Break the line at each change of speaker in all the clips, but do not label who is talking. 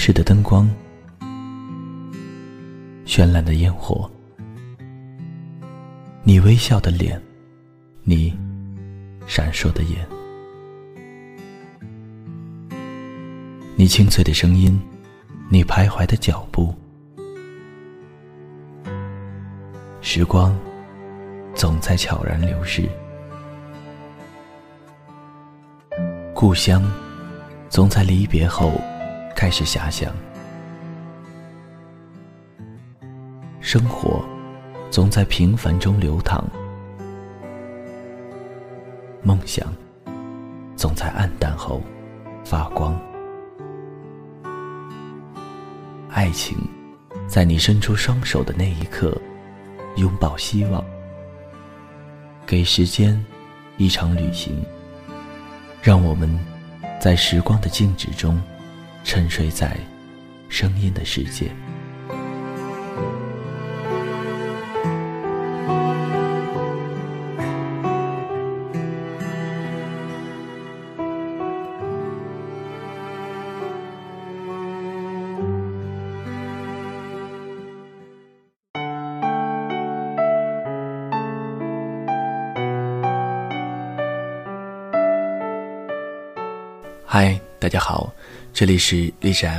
市的灯光，绚烂的烟火，你微笑的脸，你闪烁的眼，你清脆的声音，你徘徊的脚步。时光总在悄然流逝，故乡总在离别后开始遐想，生活总在平凡中流淌，梦想总在暗淡后发光，爱情在你伸出双手的那一刻拥抱希望。给时间一场旅行，让我们在时光的静止中沉睡在声音的世界。嗨，大家好，这里是励志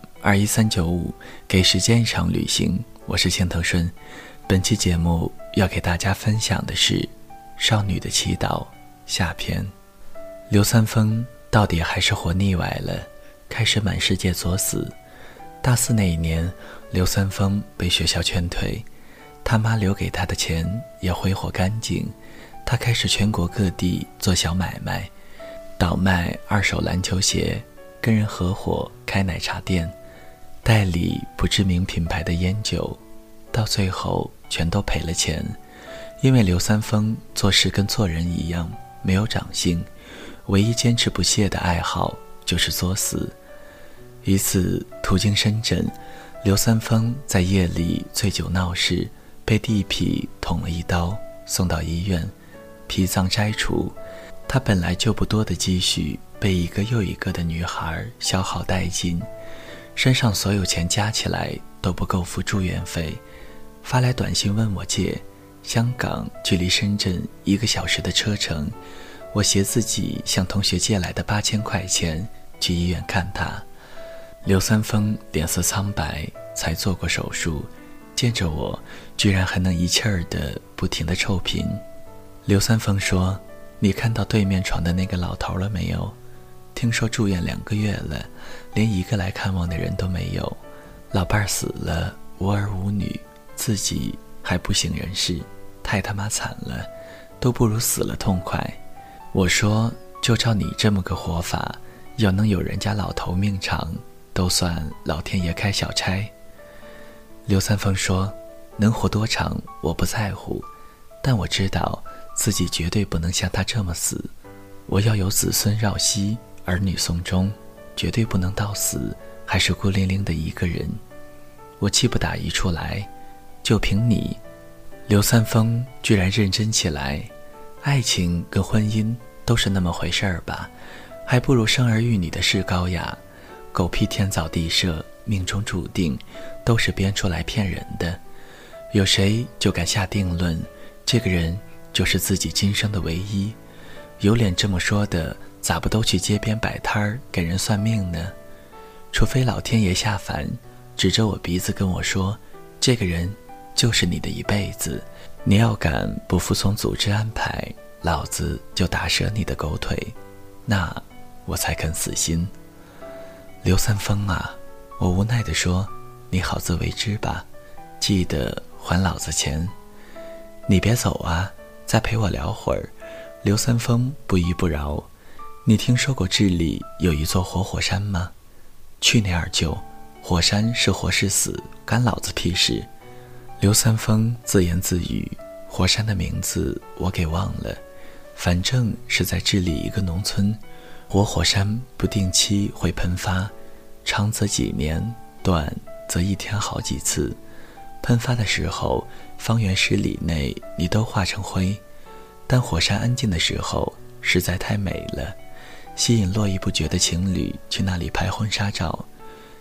FM21395，给时间一场旅行，我是千头顺。本期节目要给大家分享的是《少女的祈祷》下篇。刘三丰到底还是活腻歪了，开始满世界作死。大四那一年，刘三丰被学校劝退，他妈留给他的钱也挥霍干净，他开始全国各地做小买卖，倒卖二手篮球鞋，跟人合伙开奶茶店，代理不知名品牌的烟酒，到最后全都赔了钱。因为刘三丰做事跟做人一样，没有长性，唯一坚持不懈的爱好就是作死。一次途经深圳，刘三丰在夜里醉酒闹事，被地痞捅了一刀，送到医院，脾脏摘除。他本来就不多的积蓄被一个又一个的女孩消耗殆尽，身上所有钱加起来都不够付住院费，发来短信问我借。香港距离深圳1个小时的车程，我携自己向同学借来的8000块钱去医院看他。刘三丰脸色苍白，才做过手术，见着我居然还能一气儿的不停地臭贫。刘三丰说，你看到对面床的那个老头了没有？听说住院2个月了，连一个来看望的人都没有，老伴儿死了，无儿无女，自己还不省人事，太他妈惨了，都不如死了痛快。我说，就照你这么个活法，要能有人家老头命长，都算老天爷开小差。刘三丰说，能活多长我不在乎，但我知道自己绝对不能像他这么死，我要有子孙绕膝，儿女送终，绝对不能到死还是孤零零的一个人。我气不打一处来，就凭你。刘三丰居然认真起来，爱情跟婚姻都是那么回事儿吧，还不如生儿育女的事高雅。狗屁天造地设，命中注定，都是编出来骗人的。有谁就敢下定论，这个人就是自己今生的唯一？有脸这么说的，咋不都去街边摆摊儿给人算命呢？除非老天爷下凡，指着我鼻子跟我说，这个人就是你的一辈子，你要敢不服从组织安排，老子就打折你的狗腿，那我才肯死心。刘三丰啊，我无奈地说，你好自为之吧，记得还老子钱。你别走啊，再陪我聊会儿。刘三丰不依不饶，你听说过智利有一座活火山吗？去那儿就，火山是活是死，干老子屁事。刘三丰自言自语，火山的名字我给忘了，反正是在智利一个农村，活火山不定期会喷发，长则几年，短则一天好几次。喷发的时候，方圆10里内你都化成灰，但火山安静的时候实在太美了，吸引络绎不绝的情侣去那里拍婚纱照。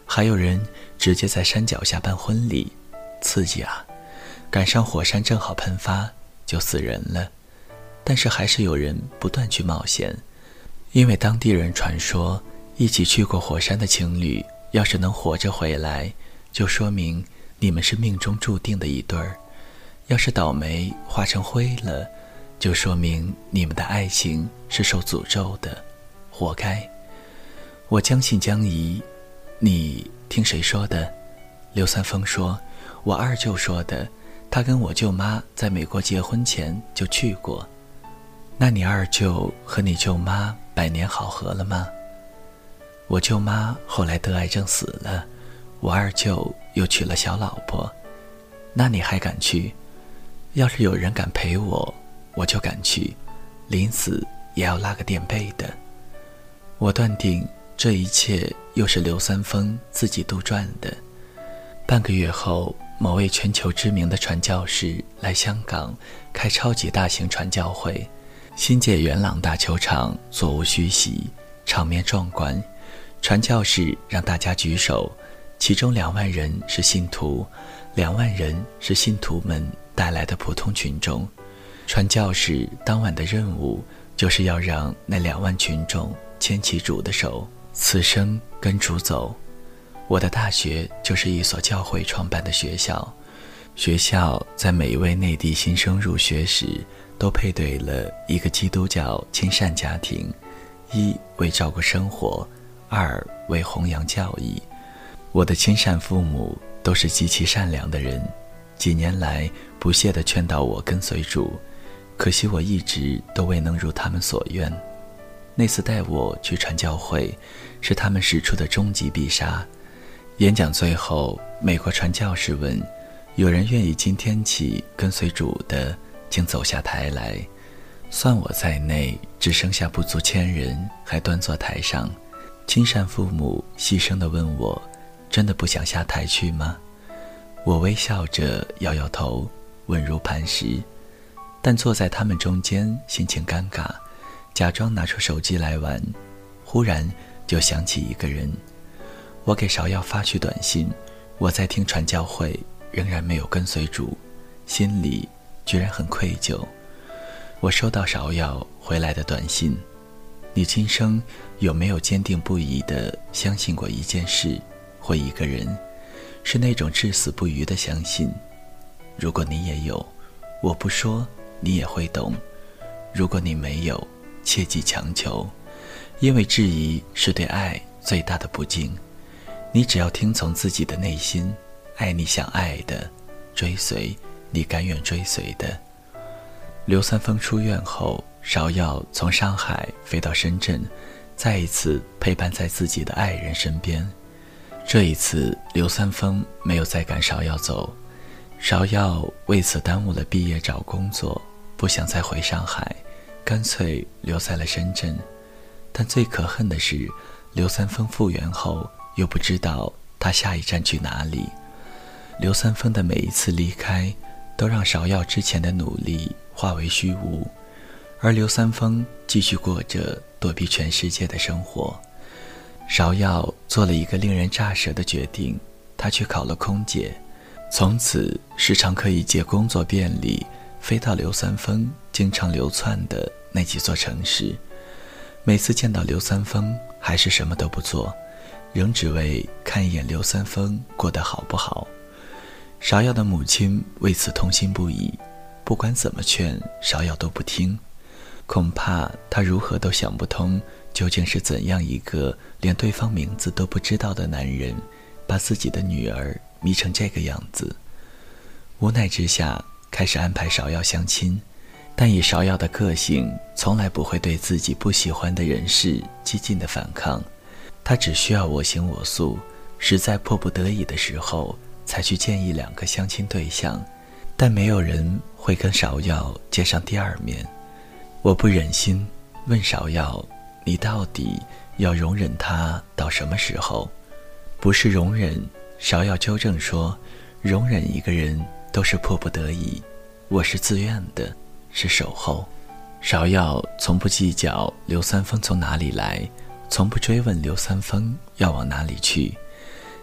还有人直接在山脚下办婚礼，刺激啊！赶上火山正好喷发，就死人了。但是还是有人不断去冒险，因为当地人传说，一起去过火山的情侣，要是能活着回来，就说明你们是命中注定的一对儿；要是倒霉化成灰了，就说明你们的爱情是受诅咒的，活该。我将信将疑。你听谁说的？刘三丰说，我二舅说的，他跟我舅妈在美国结婚前就去过。那你二舅和你舅妈百年好合了吗？我舅妈后来得癌症死了，我二舅又娶了小老婆。那你还敢去？要是有人敢陪我，我就敢去，临死也要拉个垫背的。我断定这一切又是刘三丰自己杜撰的。半个月后，某位全球知名的传教士来香港开超级大型传教会，新界元朗大球场座无虚席，场面壮观。传教士让大家举手，其中2万人是信徒，2万人是信徒们带来的普通群众。传教士当晚的任务就是要让那2万群众牵起主的手，此生跟主走。我的大学就是一所教会创办的学校，学校在每一位内地新生入学时都配对了一个基督教亲善家庭，1为照顾生活，2为弘扬教义。我的亲善父母都是极其善良的人，几年来不懈地劝导我跟随主，可惜我一直都未能如他们所愿。那次带我去传教会，是他们使出的终极必杀。演讲最后，美国传教士问，有人愿意今天起跟随主的，请走下台来。算我在内，只剩下不足1000人，还端坐台上。亲善父母细声地问我，真的不想下台去吗？我微笑着摇摇头，稳如磐石。但坐在他们中间，心情尴尬，假装拿出手机来玩。忽然就想起一个人，我给芍药发去短信，我在听传教会，仍然没有跟随主，心里居然很愧疚。我收到芍药回来的短信，你今生有没有坚定不移地相信过一件事或一个人？是那种至死不渝的相信。如果你也有，我不说，你也会懂。如果你没有，切忌强求，因为质疑是对爱最大的不敬。你只要听从自己的内心，爱你想爱的，追随你甘愿追随的。刘三丰出院后，芍药从上海飞到深圳，再一次陪伴在自己的爱人身边。这一次，刘三丰没有再赶芍药走，芍药为此耽误了毕业找工作，不想再回上海，干脆留在了深圳。但最可恨的是，刘三丰复原后又不知道他下一站去哪里。刘三丰的每一次离开，都让芍药之前的努力化为虚无，而刘三丰继续过着躲避全世界的生活。芍药做了一个令人乍舌的决定，她去考了空姐，从此时常可以借工作便利飞到刘三丰经常流窜的那几座城市。每次见到刘三丰，还是什么都不做，仍只为看一眼刘三丰过得好不好。芍药的母亲为此痛心不已，不管怎么劝，芍药都不听。恐怕她如何都想不通，究竟是怎样一个连对方名字都不知道的男人，把自己的女儿迷成这个样子。无奈之下，开始安排芍药相亲，但以芍药的个性，从来不会对自己不喜欢的人事激进的反抗。她只需要我行我素，实在迫不得已的时候，才去见1-2个相亲对象，但没有人会跟芍药见上第2面。我不忍心问芍药，你到底要容忍他到什么时候？不是容忍，芍药纠正说，容忍一个人都是迫不得已，我是自愿的，是守候。芍药从不计较刘三丰从哪里来，从不追问刘三丰要往哪里去。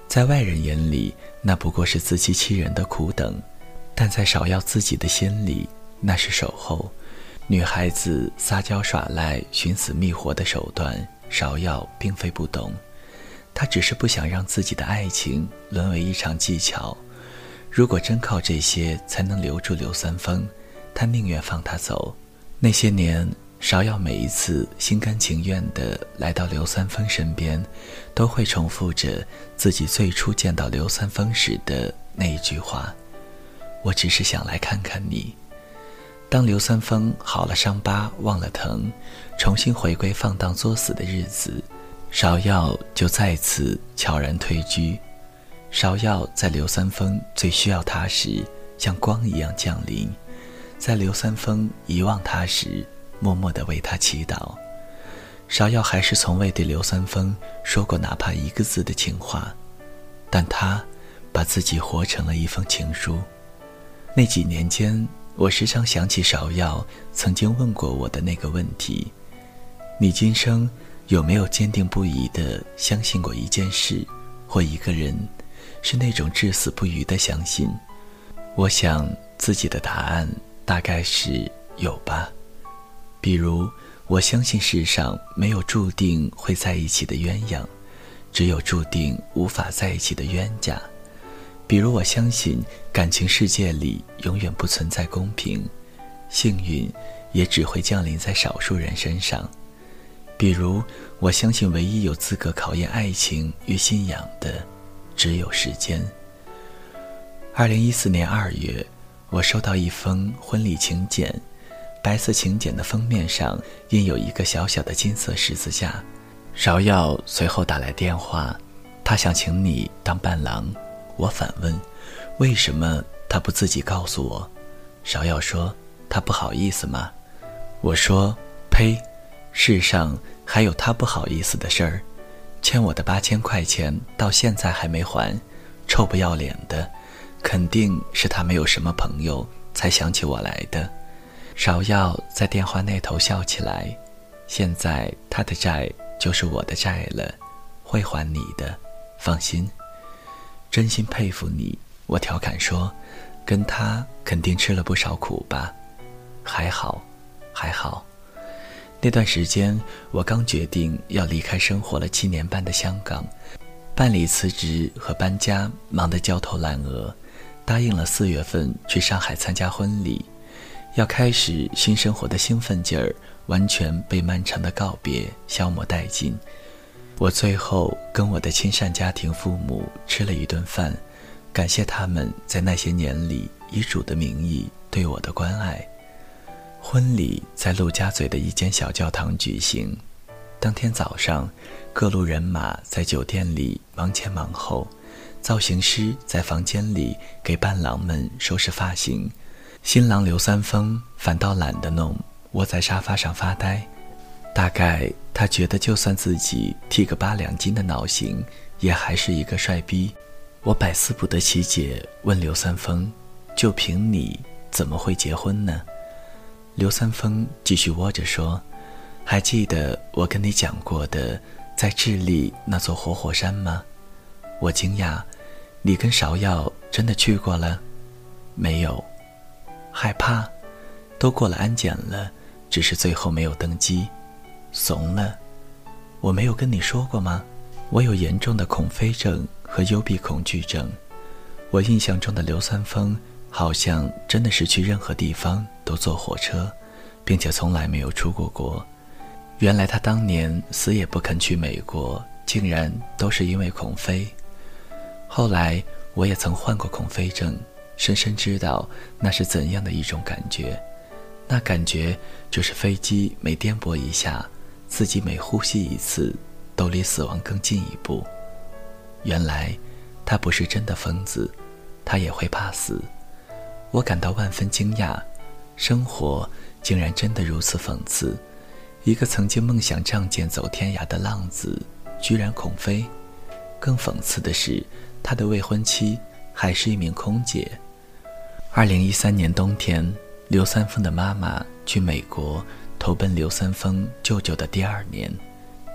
在外人眼里，那不过是自欺欺人的苦等，但在芍药自己的心里，那是守候。女孩子撒娇耍赖、寻死觅活的手段，芍药并非不懂，她只是不想让自己的爱情沦为一场技巧。如果真靠这些才能留住刘三丰，她宁愿放他走。那些年，芍药每一次心甘情愿地来到刘三丰身边，都会重复着自己最初见到刘三丰时的那一句话：我只是想来看看你。当刘三丰好了伤疤忘了疼，重新回归放荡作死的日子，芍药就再次悄然退居。芍药在刘三丰最需要他时，像光一样降临；在刘三丰遗忘他时，默默地为他祈祷。芍药还是从未对刘三丰说过哪怕一个字的情话，但他把自己活成了一封情书。那几年间，我时常想起芍药曾经问过我的那个问题：你今生有没有坚定不移地相信过一件事或一个人，是那种至死不渝的相信？我想自己的答案大概是有吧。比如，我相信世上没有注定会在一起的鸳鸯，只有注定无法在一起的冤家。比如，我相信感情世界里永远不存在公平，幸运也只会降临在少数人身上。比如，我相信唯一有资格考验爱情与信仰的，只有时间。2014年2月，我收到一封婚礼请柬，白色请柬的封面上印有一个小小的金色十字架。芍药随后打来电话，她想请你当伴郎。我反问，为什么他不自己告诉我？芍药说，他不好意思吗？我说，呸，世上还有他不好意思的事儿。欠我的8000块钱到现在还没还，臭不要脸的，肯定是他没有什么朋友才想起我来的。芍药在电话那头笑起来，现在他的债就是我的债了，会还你的，放心。真心佩服你，我调侃说，跟他肯定吃了不少苦吧？还好，还好。那段时间，我刚决定要离开生活了7年半的香港，办理辞职和搬家，忙得焦头烂额，答应了4月份去上海参加婚礼。要开始新生活的兴奋劲儿，完全被漫长的告别消磨殆尽。我最后跟我的亲善家庭父母吃了一顿饭，感谢他们在那些年里以主的名义对我的关爱。婚礼在陆家嘴的一间小教堂举行，当天早上，各路人马在酒店里忙前忙后，造型师在房间里给伴郎们收拾发型，新郎刘三丰反倒懒得弄，窝在沙发上发呆。大概他觉得就算自己剃个8两金的脑型，也还是一个帅逼。我百思不得其解，问刘三丰，就凭你怎么会结婚呢？刘三丰继续窝着说，还记得我跟你讲过的在智利那座活火山吗？我惊讶，你跟芍药真的去过了？没有。害怕？都过了安检了，只是最后没有登机。怂了？我没有跟你说过吗？我有严重的恐飞症和幽闭恐惧症。我印象中的刘三丰好像真的是去任何地方都坐火车，并且从来没有出过国。原来他当年死也不肯去美国，竟然都是因为恐飞。后来我也曾患过恐飞症，深深知道那是怎样的一种感觉。那感觉就是飞机每颠簸一下，自己每呼吸一次，都离死亡更近一步。原来他不是真的疯子，他也会怕死。我感到万分惊讶，生活竟然真的如此讽刺。一个曾经梦想仗剑走天涯的浪子，居然恐飞。更讽刺的是，他的未婚妻还是一名空姐。2013年冬天，刘三丰的妈妈去美国投奔刘三丰舅舅的第2年，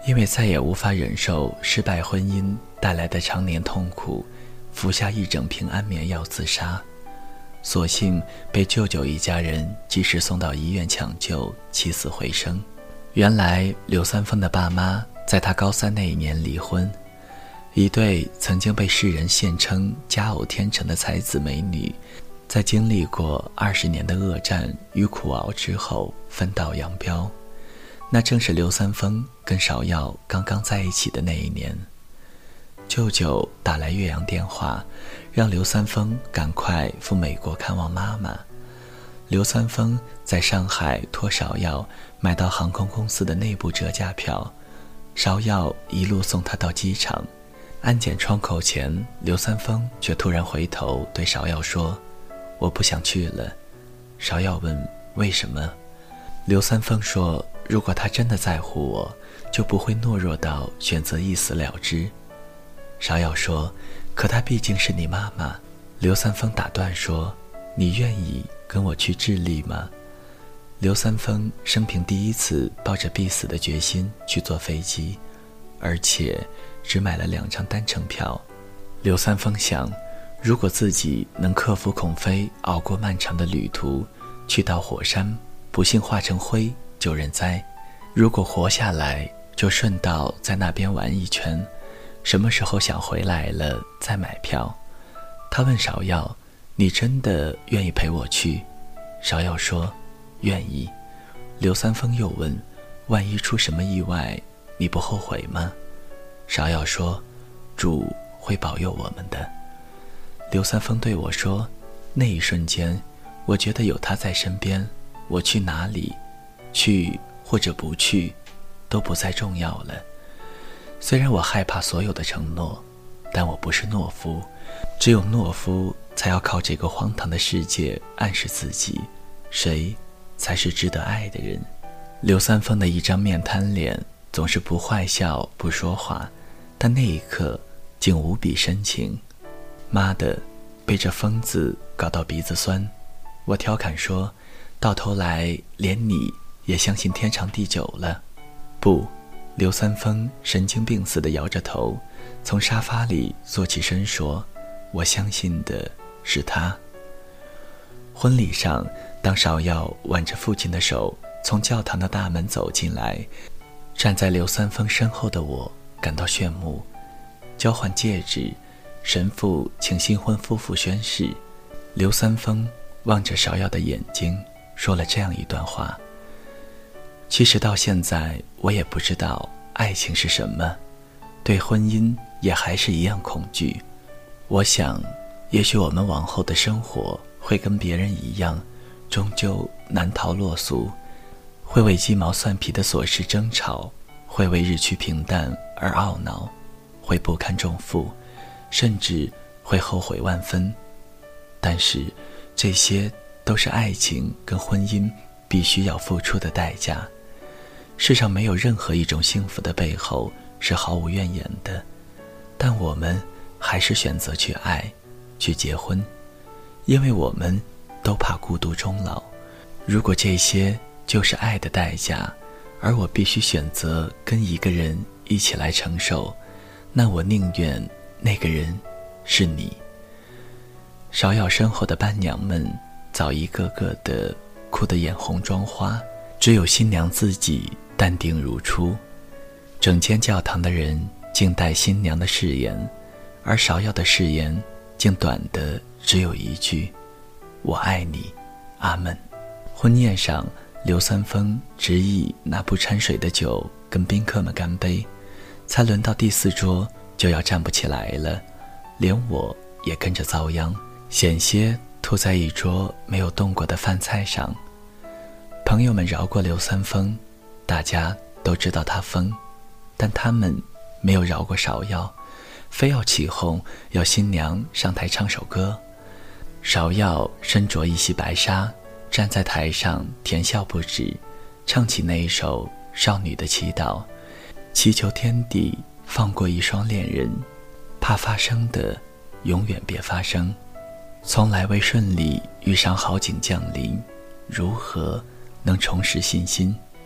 因为再也无法忍受失败婚姻带来的常年痛苦，服下一整瓶安眠药自杀，所幸被舅舅一家人及时送到医院抢救，起死回生。原来刘三丰的爸妈在他高3那一年离婚，一对曾经被世人戏称佳偶天成的才子美女，在经历过20年的恶战与苦熬之后分道扬镳。那正是刘三丰跟芍药刚刚在一起的那一年。舅舅打来岳阳电话，让刘三丰赶快赴美国看望妈妈。刘三丰在上海托芍药买到航空公司的内部折价票，芍药一路送他到机场。安检窗口前，刘三丰却突然回头对芍药说：“我不想去了。”芍药问：“为什么？”刘三丰说：“如果他真的在乎我，就不会懦弱到选择一死了之。”芍药说：“可她毕竟是你妈妈。”刘三丰打断说：“你愿意跟我去智利吗？”刘三丰生平第一次抱着必死的决心去坐飞机，而且只买了2张单程票。刘三丰想，如果自己能克服恐飞，熬过漫长的旅途，去到火山，不幸化成灰就认栽，如果活下来，就顺道在那边玩一圈，什么时候想回来了再买票。他问芍药：“你真的愿意陪我去？”芍药说：“愿意。”刘三丰又问：“万一出什么意外，你不后悔吗？”芍药说：“主会保佑我们的。”刘三丰对我说：“那一瞬间，我觉得有他在身边，我去哪里，去或者不去，都不再重要了。虽然我害怕所有的承诺，但我不是懦夫，只有懦夫才要靠这个荒唐的世界暗示自己，谁才是值得爱的人。”刘三丰的一张面瘫脸，总是不坏笑不说话，但那一刻竟无比深情。妈的，被这疯子搞到鼻子酸。我调侃说，到头来连你也相信天长地久了。不，刘三丰神经病似的摇着头，从沙发里坐起身说，我相信的是他。婚礼上，当芍药挽着父亲的手从教堂的大门走进来，站在刘三丰身后的我感到炫目。交换戒指，神父请新婚夫妇宣誓。刘三丰望着芍药的眼睛，说了这样一段话：其实到现在我也不知道爱情是什么，对婚姻也还是一样恐惧。我想也许我们往后的生活会跟别人一样，终究难逃落俗，会为鸡毛蒜皮的琐事争吵，会为日趋平淡而懊恼，会不堪重负，甚至会后悔万分。但是这些都是爱情跟婚姻必须要付出的代价。世上没有任何一种幸福的背后是毫无怨言的，但我们还是选择去爱，去结婚，因为我们都怕孤独终老。如果这些就是爱的代价，而我必须选择跟一个人一起来承受，那我宁愿那个人是你。芍药身后的伴娘们早一个个的哭得眼红妆花，只有新娘自己淡定如初。整间教堂的人静待新娘的誓言，而芍药的誓言竟短的只有一句：我爱你，阿门。婚宴上，刘三丰执意拿不掺水的酒跟宾客们干杯，才轮到第4桌就要站不起来了，连我也跟着遭殃，险些吐在一桌没有动过的饭菜上。朋友们饶过刘三丰，大家都知道他疯，但他们没有饶过芍药，非要起哄要新娘上台唱首歌。芍药身着一袭白纱，站在台上甜笑不止，唱起那一首少女的祈祷，祈求天地放过一双恋人，怕发生的永远别发生，从来未顺利遇上好景降临，如何能重拾信心？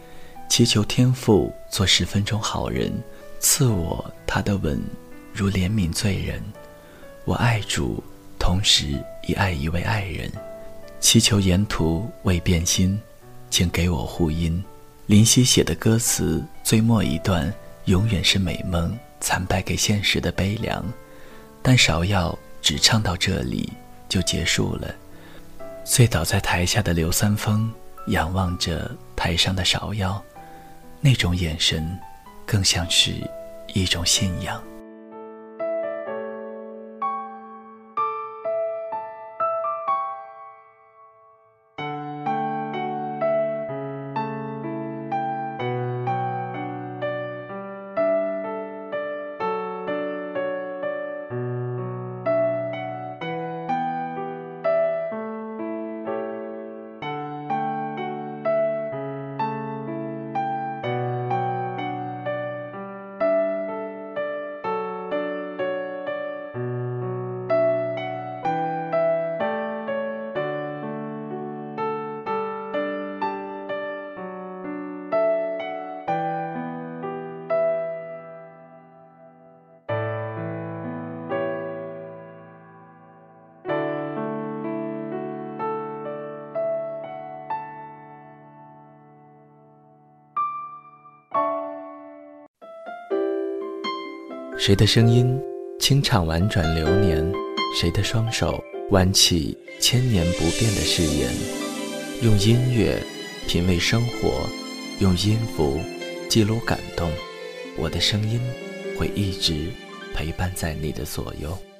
祈求天父做10分钟好人，赐我他的吻，如怜悯罪人。我爱主，同时亦爱一位爱人。祈求沿途未变心，请给我护音。林夕写的歌词最末一段永远是美梦惨败给现实的悲凉，但芍药只唱到这里就结束了。醉倒在台下的刘三丰仰望着台上的芍药，那种眼神更像是一种信仰。谁的声音清唱婉转流年，谁的双手挽起千年不变的誓言。用音乐品味生活，用音符记录感动。我的声音会一直陪伴在你的左右。